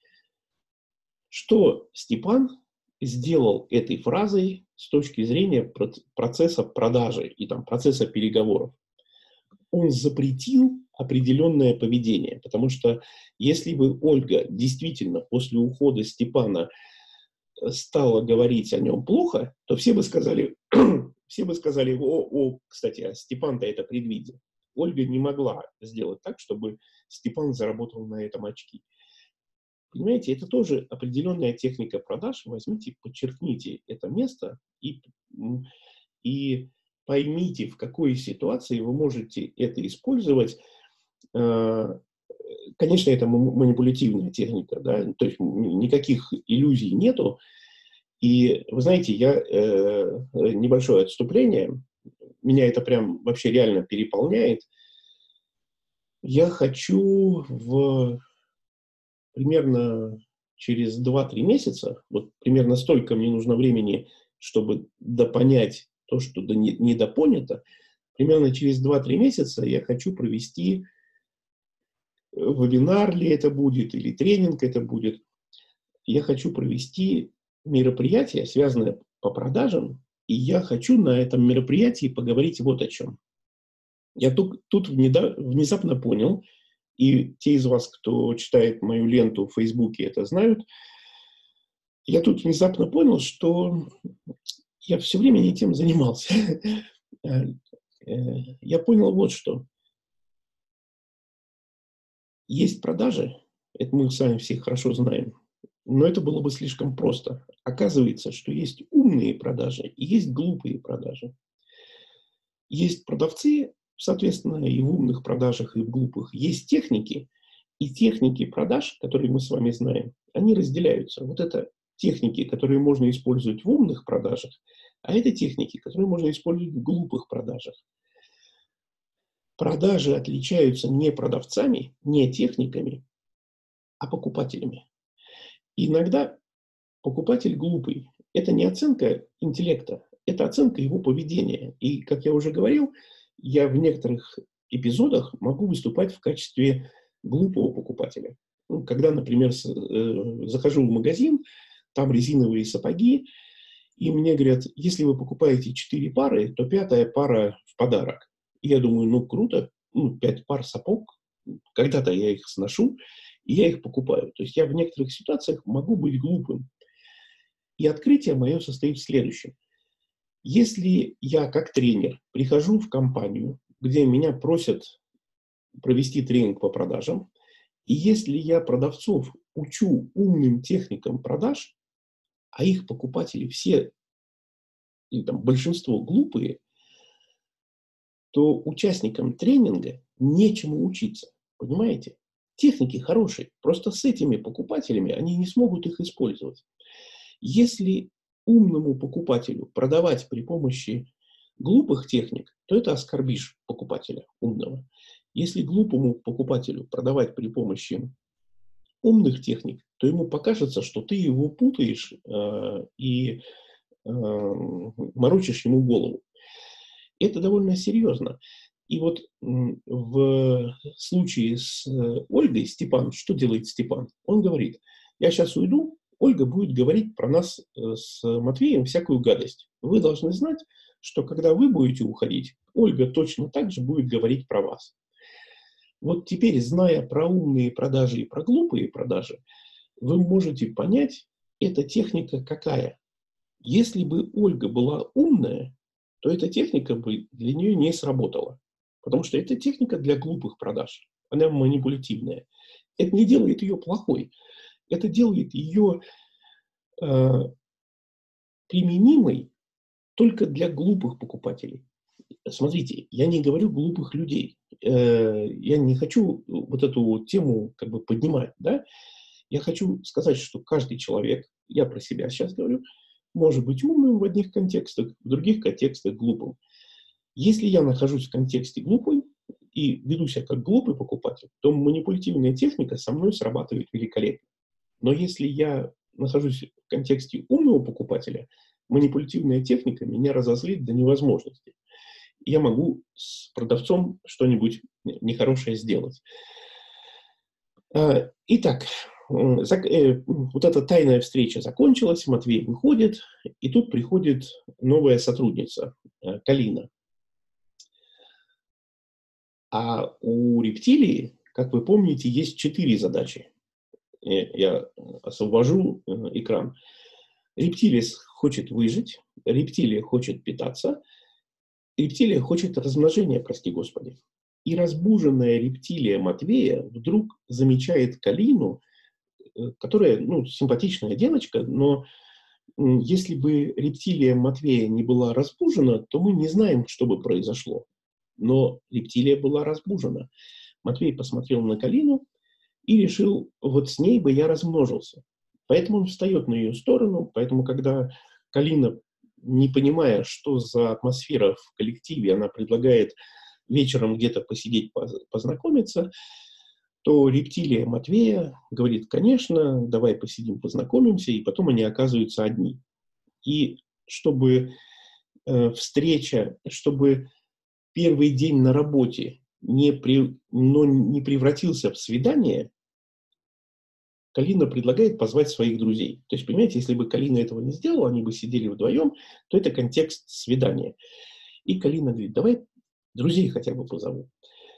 Что Степан сделал этой фразой с точки зрения процесса продажи и там, процесса переговоров? Он запретил определенное поведение, потому что если бы Ольга действительно после ухода Степана стала говорить о нем плохо, то все бы сказали, все бы сказали, о, о, кстати, а Степан-то это предвидел. Ольга не могла сделать так, чтобы Степан заработал на этом очки. Понимаете, это тоже определенная техника продаж. Возьмите, подчеркните это место и, и поймите, в какой ситуации вы можете это использовать. Конечно, это манипулятивная техника, да? То есть никаких иллюзий нету. И вы знаете, я э, небольшое отступление, меня это прям вообще реально переполняет. Я хочу в примерно через два-три месяца, вот примерно столько мне нужно времени, чтобы допонять то, что недопонято, примерно через два-три месяца я хочу провести вебинар ли это будет, или тренинг это будет. Я хочу провести мероприятие, связанное по продажам, и я хочу на этом мероприятии поговорить вот о чем. Я тут, тут внезапно понял, и те из вас, кто читает мою ленту в Фейсбуке, это знают, я тут внезапно понял, что я все время не тем занимался. Я понял вот что. Есть продажи, это мы с вами все хорошо знаем, но это было бы слишком просто. Оказывается, что есть умные продажи и есть глупые продажи. Есть продавцы, соответственно, и в умных продажах, и в глупых. Есть техники, и техники продаж, которые мы с вами знаем, они разделяются. Вот это техники, которые можно использовать в умных продажах, а это техники, которые можно использовать в глупых продажах. Продажи отличаются не продавцами, не техниками, а покупателями. И иногда покупатель глупый. Это не оценка интеллекта, это оценка его поведения. И, как я уже говорил, я в некоторых эпизодах могу выступать в качестве глупого покупателя. Ну, когда, например, с, э, захожу в магазин, там резиновые сапоги, и мне говорят, если вы покупаете четыре пары, то пятая пара в подарок. И я думаю, ну круто, ну, пять пар сапог, когда-то я их сношу, и я их покупаю. То есть я в некоторых ситуациях могу быть глупым. И открытие мое состоит в следующем. Если я как тренер прихожу в компанию, где меня просят провести тренинг по продажам, и если я продавцов учу умным техникам продаж, а их покупатели все, или там большинство глупые, то участникам тренинга нечему учиться. Понимаете? Техники хорошие, просто с этими покупателями они не смогут их использовать. Если умному покупателю продавать при помощи глупых техник, то это оскорбишь покупателя умного. Если глупому покупателю продавать при помощи умных техник, то ему покажется, что ты его путаешь э, и э, морочишь ему голову. Это довольно серьезно. И вот м, в случае с э, Ольгой Степан, что делает Степан? Он говорит, я сейчас уйду, Ольга будет говорить про нас э, с Матвеем всякую гадость. Вы должны знать, что когда вы будете уходить, Ольга точно так же будет говорить про вас. Вот теперь, зная про умные продажи и про глупые продажи, вы можете понять, эта техника какая. Если бы Ольга была умная, то эта техника бы для нее не сработала. Потому что это техника для глупых продаж. Она манипулятивная. Это не делает ее плохой. Это делает ее э, применимой только для глупых покупателей. Смотрите, я не говорю глупых людей. Э, я не хочу вот эту тему как бы поднимать. Да? Я хочу сказать, что каждый человек, я про себя сейчас говорю, может быть умным в одних контекстах, в других контекстах глупым. Если я нахожусь в контексте глупый и веду себя как глупый покупатель, то манипулятивная техника со мной срабатывает великолепно. Но если я нахожусь в контексте умного покупателя, манипулятивная техника меня разозлит до невозможности. Я могу с продавцом что-нибудь нехорошее сделать. Итак, вот эта тайная встреча закончилась, Матвей выходит, и тут приходит новая сотрудница, Калина. А у рептилии, как вы помните, есть четыре задачи. Я освобожу экран. Рептилия хочет выжить, рептилия хочет питаться, рептилия хочет размножения, прости господи. И разбуженная рептилия Матвея вдруг замечает Калину, которая, ну, симпатичная девочка, но если бы рептилия Матвея не была разбужена, то мы не знаем, что бы произошло. Но рептилия была разбужена. Матвей посмотрел на Калину и решил, вот с ней бы я размножился. Поэтому он встает на ее сторону, поэтому когда Калина, не понимая, что за атмосфера в коллективе, она предлагает вечером где-то посидеть, познакомиться, то рептилия Матвея говорит, конечно, давай посидим, познакомимся, и потом они оказываются одни. И чтобы э, встреча, чтобы первый день на работе не, при, но не превратился в свидание, Калина предлагает позвать своих друзей. То есть, понимаете, если бы Калина этого не сделала, они бы сидели вдвоем, то это контекст свидания. И Калина говорит, давай друзей хотя бы позову.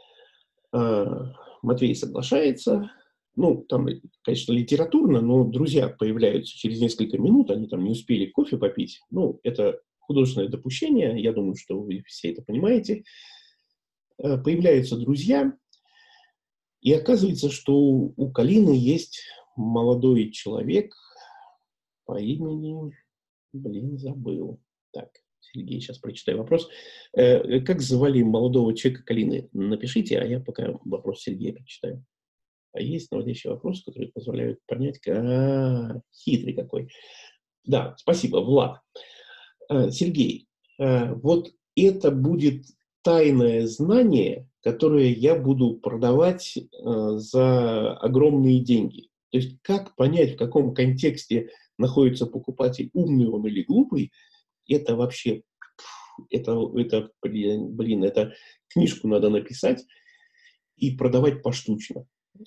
А, Матвей соглашается. Ну, там, конечно, литературно, но друзья появляются через несколько минут, они там не успели кофе попить. Ну, это художественное допущение, я думаю, что вы все это понимаете. Появляются друзья, и оказывается, что у Калины есть молодой человек по имени... Блин, забыл. Так, Сергей, сейчас прочитаю вопрос. Как звали молодого человека Калины? Напишите, а я пока вопрос Сергея прочитаю. А есть наводящий вопрос, который позволяет понять, а, хитрый какой. Да, спасибо, Влад. Сергей, вот это будет тайное знание, которое я буду продавать за огромные деньги. То есть как понять, в каком контексте находится покупатель, умный он или глупый, это вообще, это, это блин, блин, это книжку надо написать и продавать поштучно.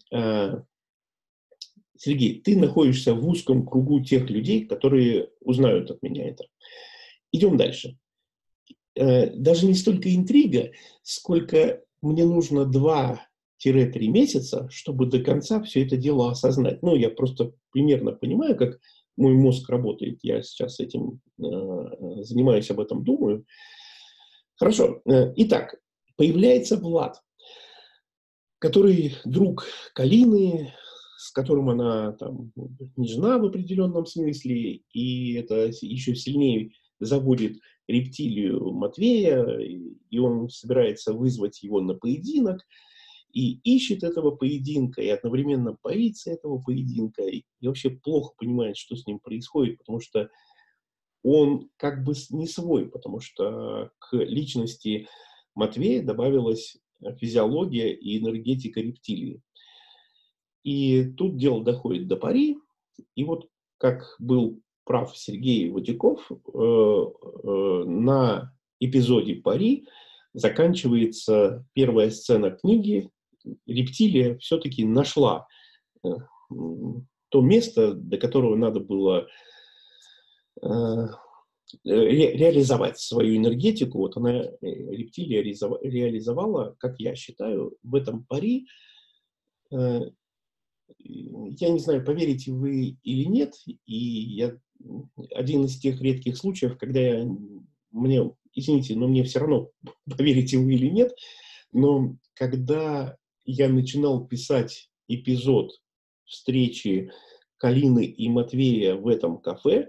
Сергей, ты находишься в узком кругу тех людей, которые узнают от меня это. Идем дальше. Даже не столько интрига, сколько мне нужно два-три месяца, чтобы до конца все это дело осознать. Ну, я просто примерно понимаю, как мой мозг работает. Я сейчас этим э, занимаюсь, об этом думаю. Хорошо. Итак, появляется Влад, который друг Калины, с которым она там нежна в определенном смысле, и это еще сильнее заводит рептилию Матвея, и он собирается вызвать его на поединок, и ищет этого поединка, и одновременно боится этого поединка, и, и вообще плохо понимает, что с ним происходит, потому что он как бы с- не свой, потому что к личности Матвея добавилась э, физиология и энергетика рептилии. И тут дело доходит до пари, и вот как был прав Сергей Водяков, э, э, на эпизоде пари заканчивается первая сцена книги. Рептилия все-таки нашла э, м, то место, до которого надо было э, ре- реализовать свою энергетику. Вот она, э, рептилия, реализова- реализовала, как я считаю, в этом пари. э, Я не знаю, поверите вы или нет, и я м, один из тех редких случаев, когда я, мне, извините, но мне все равно, поверите вы или нет, но когда я начинал писать эпизод встречи Калины и Матвея в этом кафе,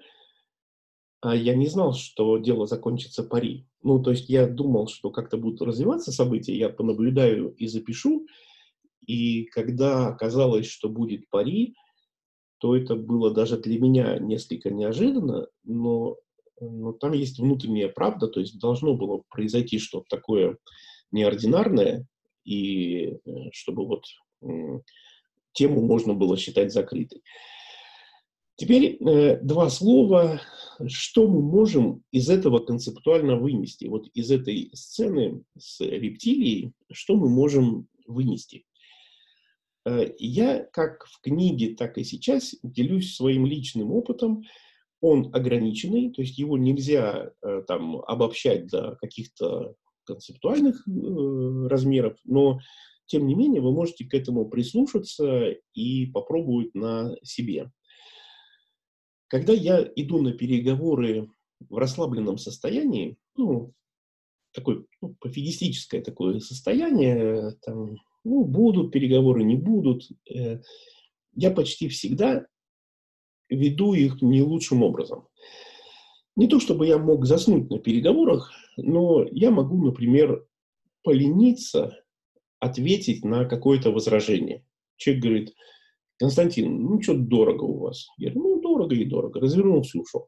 а я не знал, что дело закончится пари. Ну, то есть я думал, что как-то будут развиваться события, я понаблюдаю и запишу, и когда оказалось, что будет пари, то это было даже для меня несколько неожиданно, но, но там есть внутренняя правда, то есть должно было произойти что-то такое неординарное, и э, чтобы вот м, тему можно было считать закрытой. Теперь э, два слова, что мы можем из этого концептуально вынести, вот из этой сцены с рептилией, что мы можем вынести. Э, Я как в книге, так и сейчас делюсь своим личным опытом. Он ограниченный, то есть его нельзя э, там обобщать до каких-то концептуальных э, размеров, но тем не менее вы можете к этому прислушаться и попробовать на себе. Когда я иду на переговоры в расслабленном состоянии, ну, такое ну, пофигистическое такое состояние, там, ну, будут переговоры, не будут, э, я почти всегда веду их не лучшим образом. Не то чтобы я мог заснуть на переговорах, но я могу, например, полениться ответить на какое-то возражение. Человек говорит: Константин, ну что дорого у вас? Я говорю: ну дорого и дорого. Развернулся и ушел.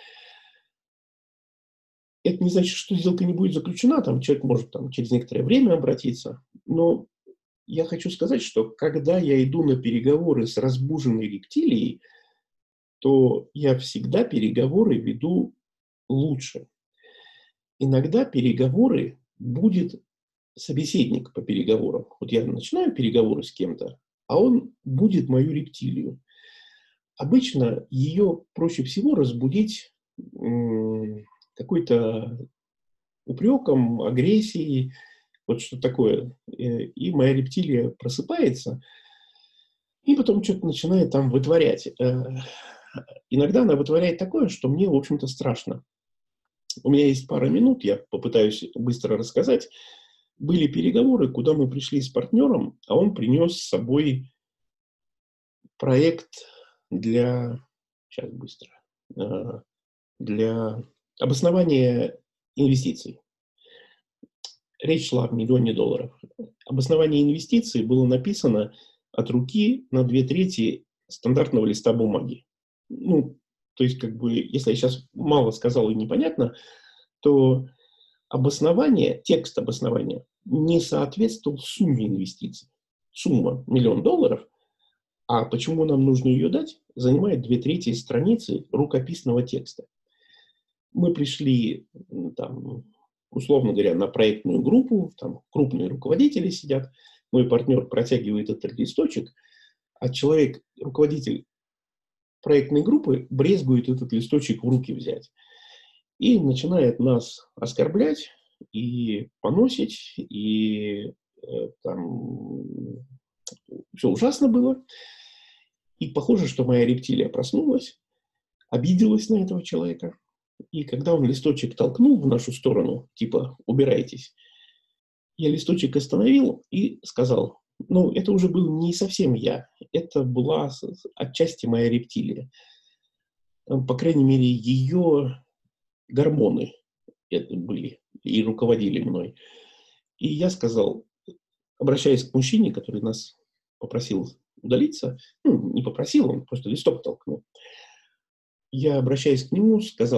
Это не значит, что сделка не будет заключена, там человек может там, через некоторое время обратиться. Но я хочу сказать, что когда я иду на переговоры с разбуженной рептилией, то я всегда переговоры веду лучше. Иногда переговоры будет собеседник по переговорам. Вот я начинаю переговоры с кем-то, а он будет мою рептилию. Обычно ее проще всего разбудить м, какой-то упреком, агрессией, вот что такое. Э, И моя рептилия просыпается, и потом что-то начинает там вытворять. Э, Иногда она вытворяет такое, что мне, в общем-то, страшно. У меня есть пара минут, я попытаюсь быстро рассказать. Были переговоры, куда мы пришли с партнером, а он принес с собой проект для, сейчас быстро, э, для обоснования инвестиций. Речь шла о миллионе долларов. Обоснование инвестиций было написано от руки на две трети стандартного листа бумаги. Ну, то есть, как бы, если я сейчас мало сказал и непонятно, то обоснование, текст обоснования не соответствовал сумме инвестиций. Сумма миллион долларов, а почему нам нужно ее дать, занимает две трети страницы рукописного текста. Мы пришли, там, условно говоря, на проектную группу, там крупные руководители сидят, мой партнер протягивает этот листочек, а человек, руководитель проектной группы, брезгует этот листочек в руки взять и начинает нас оскорблять и поносить, и э, там все ужасно было. И похоже, что моя рептилия проснулась, обиделась на этого человека. И когда он листочек толкнул в нашу сторону, типа «убирайтесь», я листочек остановил и сказал: ну, это уже был не совсем я, это была отчасти моя рептилия. По крайней мере, ее гормоны это были и руководили мной. И я сказал, обращаясь к мужчине, который нас попросил удалиться, ну, не попросил, он просто листок толкнул. Я, обращаясь к нему, сказал: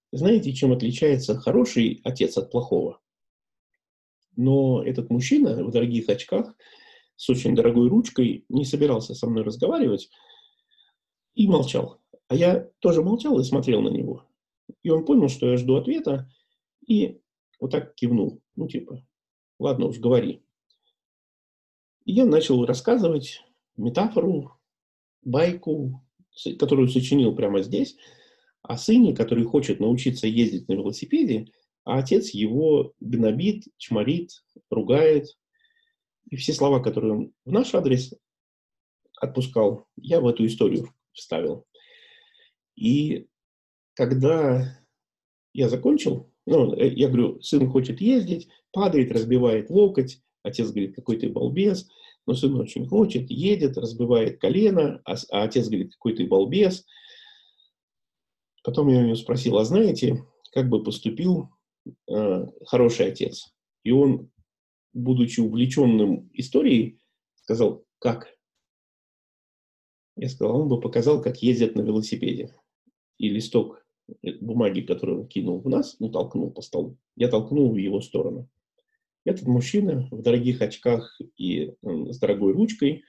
Знаете, чем отличается хороший отец от плохого? Но этот мужчина в дорогих очках с очень дорогой ручкой не собирался со мной разговаривать и молчал. А я тоже молчал и смотрел на него. И он понял, что я жду ответа, и вот так кивнул. Ну, типа, ладно уж, говори. И я начал рассказывать метафору, байку, с- которую сочинил прямо здесь, о сыне, который хочет научиться ездить на велосипеде, а отец его гнобит, чморит, ругает. И все слова, которые он в наш адрес отпускал, я в эту историю вставил. И когда я закончил, ну, э, я говорю, сын хочет ездить, падает, разбивает локоть, отец говорит, какой ты балбес, но сын очень хочет, едет, разбивает колено, а, а отец говорит, какой ты балбес. Потом я у него спросил, а знаете, как бы поступил э, хороший отец? И он, будучи увлеченным историей, сказал, как? Я сказал, он бы показал, как ездят на велосипеде. И листок э, бумаги, который он кинул в нас, ну, толкнул по столу, я толкнул в его сторону. Этот мужчина в дорогих очках и м, с дорогой ручкой,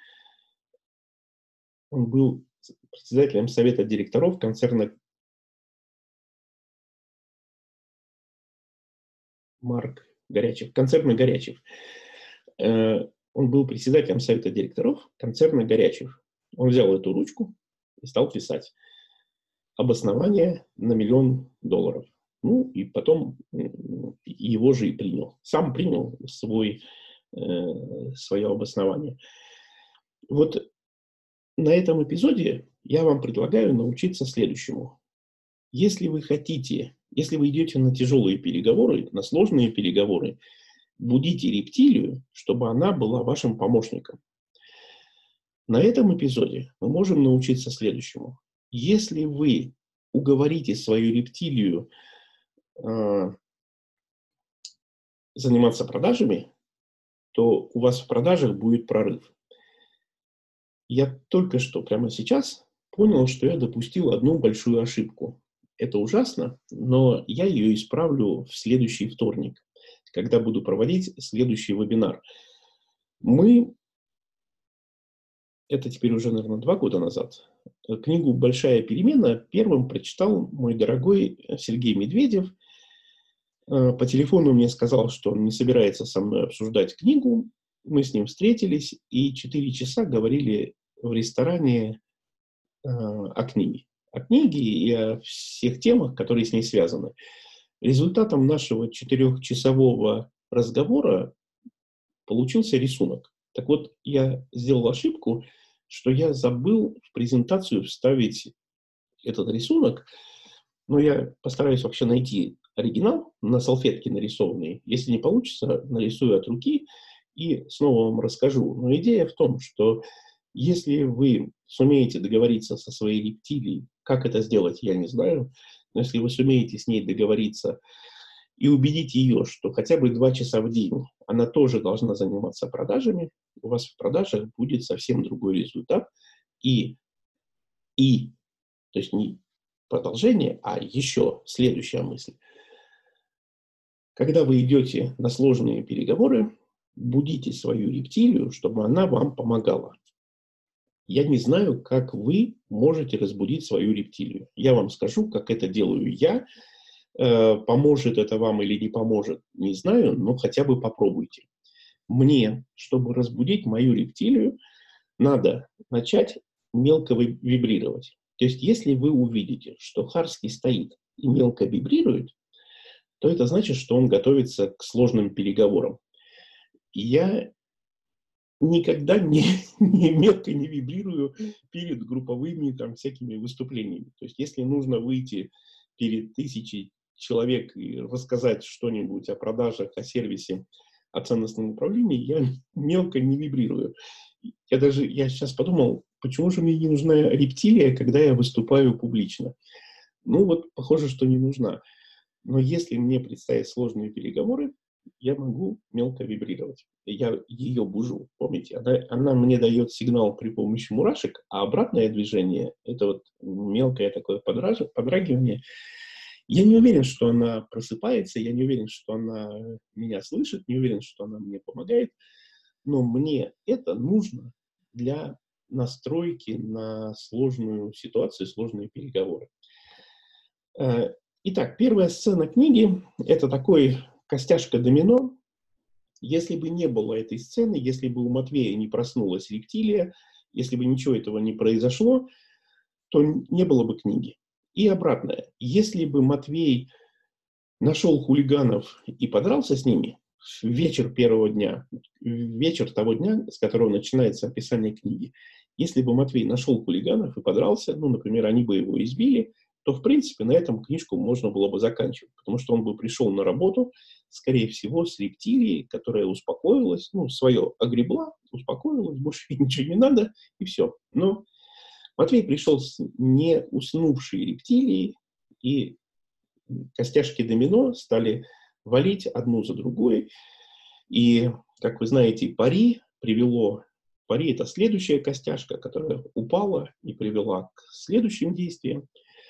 он был председателем совета директоров концерна Марк Горячих, концерна Горячих. Э, Он был председателем совета директоров концерна Горячих. Он взял эту ручку и стал писать обоснование на миллион долларов. Ну, и потом м, его же и принял. Сам принял свой, э, свое обоснование. Вот на этом эпизоде я вам предлагаю научиться следующему. Если вы хотите, если вы идете на тяжелые переговоры, на сложные переговоры, будите рептилию, чтобы она была вашим помощником. На этом эпизоде мы можем научиться следующему. Если вы уговорите свою рептилию э, заниматься продажами, то у вас в продажах будет прорыв. Я только что, прямо сейчас, понял, что я допустил одну большую ошибку. Это ужасно, но я ее исправлю в следующий вторник, когда буду проводить следующий вебинар. Мы, это теперь уже, наверное, два года назад, книгу «Большая перемена» первым прочитал мой дорогой Сергей Медведев. По телефону мне сказал, что он не собирается со мной обсуждать книгу. Мы с ним встретились и четыре часа говорили в ресторане э, о книге. О книге и о всех темах, которые с ней связаны. Результатом нашего четырехчасового разговора получился рисунок. Так вот, я сделал ошибку, что я забыл в презентацию вставить этот рисунок, но я постараюсь вообще найти оригинал на салфетке нарисованный. Если не получится, нарисую от руки и снова вам расскажу. Но идея в том, что если вы сумеете договориться со своей рептилией, как это сделать, я не знаю, но если вы сумеете с ней договориться и убедить ее, что хотя бы два часа в день она тоже должна заниматься продажами, у вас в продажах будет совсем другой результат. И, и то есть не продолжение, а еще следующая мысль. Когда вы идете на сложные переговоры, будите свою рептилию, чтобы она вам помогала. Я не знаю, как вы можете разбудить свою рептилию. Я вам скажу, как это делаю я. Э, поможет это вам или не поможет, не знаю, но хотя бы попробуйте. Мне, чтобы разбудить мою рептилию, надо начать мелко вибрировать. То есть, если вы увидите, что Харский стоит и мелко вибрирует, то это значит, что он готовится к сложным переговорам. И я никогда не, не мелко не вибрирую перед групповыми там всякими выступлениями. То есть, если нужно выйти перед тысячей человек и рассказать что-нибудь о продажах, о сервисе, о ценностном управлении, я мелко не вибрирую. Я даже, я сейчас подумал, почему же мне не нужна рептилия, когда я выступаю публично? Ну вот, похоже, что не нужна. Но если мне предстоят сложные переговоры, я могу мелко вибрировать. Я ее бужу, помните? Она, она мне дает сигнал при помощи мурашек, а обратное движение – это вот мелкое такое подраж... подрагивание. Я не уверен, что она просыпается, я не уверен, что она меня слышит, не уверен, что она мне помогает, но мне это нужно для настройки на сложную ситуацию, сложные переговоры. Э, Итак, первая сцена книги – это такой костяшка домино. Если бы не было этой сцены, если бы у Матвея не проснулась рептилия, если бы ничего этого не произошло, то не было бы книги. И обратное. Если бы Матвей нашел хулиганов и подрался с ними в вечер первого дня, в вечер того дня, с которого начинается описание книги, если бы Матвей нашел хулиганов и подрался, ну, например, они бы его избили, то, в принципе, на этом книжку можно было бы заканчивать, потому что он бы пришел на работу, скорее всего, с рептилией, которая успокоилась, ну, свое огребла, успокоилась, больше ей ничего не надо, и все. Но Матвей пришел с не уснувшей рептилией, и костяшки домино стали валить одну за другой. И, как вы знаете, пари привело... Пари – это следующая костяшка, которая упала и привела к следующим действиям.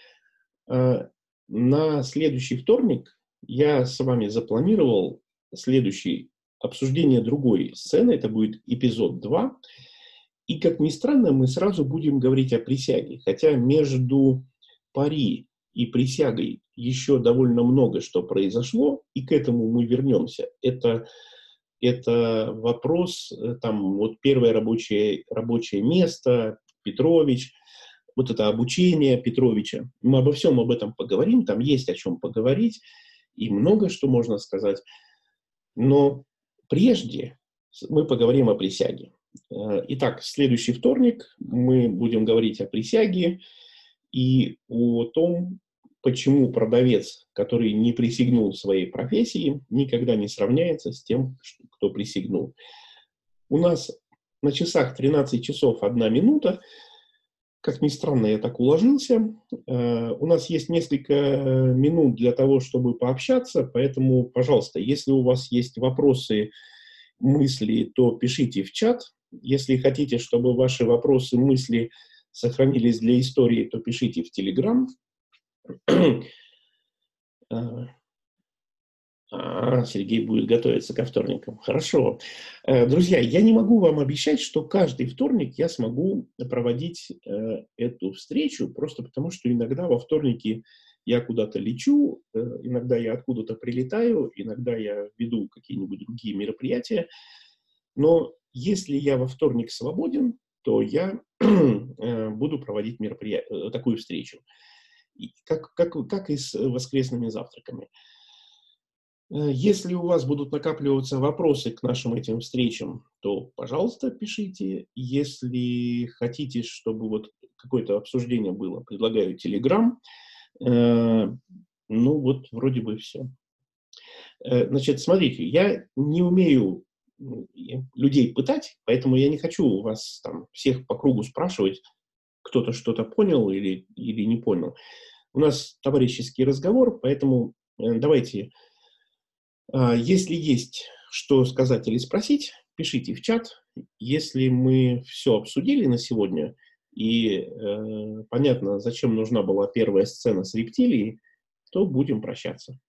На следующий вторник я с вами запланировал следующее обсуждение другой сцены. Это будет эпизод два. И, как ни странно, мы сразу будем говорить о присяге. Хотя между пари и присягой еще довольно много что произошло, и к этому мы вернемся. Это, это вопрос, там, вот первое рабочее, рабочее место, Петрович, вот это обучение Петровича. Мы обо всем об этом поговорим, там есть о чем поговорить, и много что можно сказать. Но прежде мы поговорим о присяге. Итак, следующий вторник мы будем говорить о присяге и о том, почему продавец, который не присягнул своей профессии, никогда не сравняется с тем, кто присягнул. У нас на часах тринадцать часов одна минута. Как ни странно, я так уложился. У нас есть несколько минут для того, чтобы пообщаться, поэтому, пожалуйста, если у вас есть вопросы, мысли, то пишите в чат. Если хотите, чтобы ваши вопросы, мысли сохранились для истории, то пишите в Telegram. А, Сергей будет готовиться ко вторникам. Хорошо. Друзья, я не могу вам обещать, что каждый вторник я смогу проводить э, эту встречу, просто потому что иногда во вторники я куда-то лечу, э, иногда я откуда-то прилетаю, иногда я веду какие-нибудь другие мероприятия. Но если я во вторник свободен, то я э, буду проводить мероприятие, такую встречу. И как, как, как и с воскресными завтраками. Если у вас будут накапливаться вопросы к нашим этим встречам, то, пожалуйста, пишите. Если хотите, чтобы вот какое-то обсуждение было, предлагаю Telegram. Э, ну, вот вроде бы все. Э, значит, смотрите, я не умею людей пытать, поэтому я не хочу вас там всех по кругу спрашивать, кто-то что-то понял или, или не понял. У нас товарищеский разговор, поэтому э, давайте... Если есть что сказать или спросить, пишите в чат. Если мы все обсудили на сегодня, и э, понятно, зачем нужна была первая сцена с рептилией, то будем прощаться.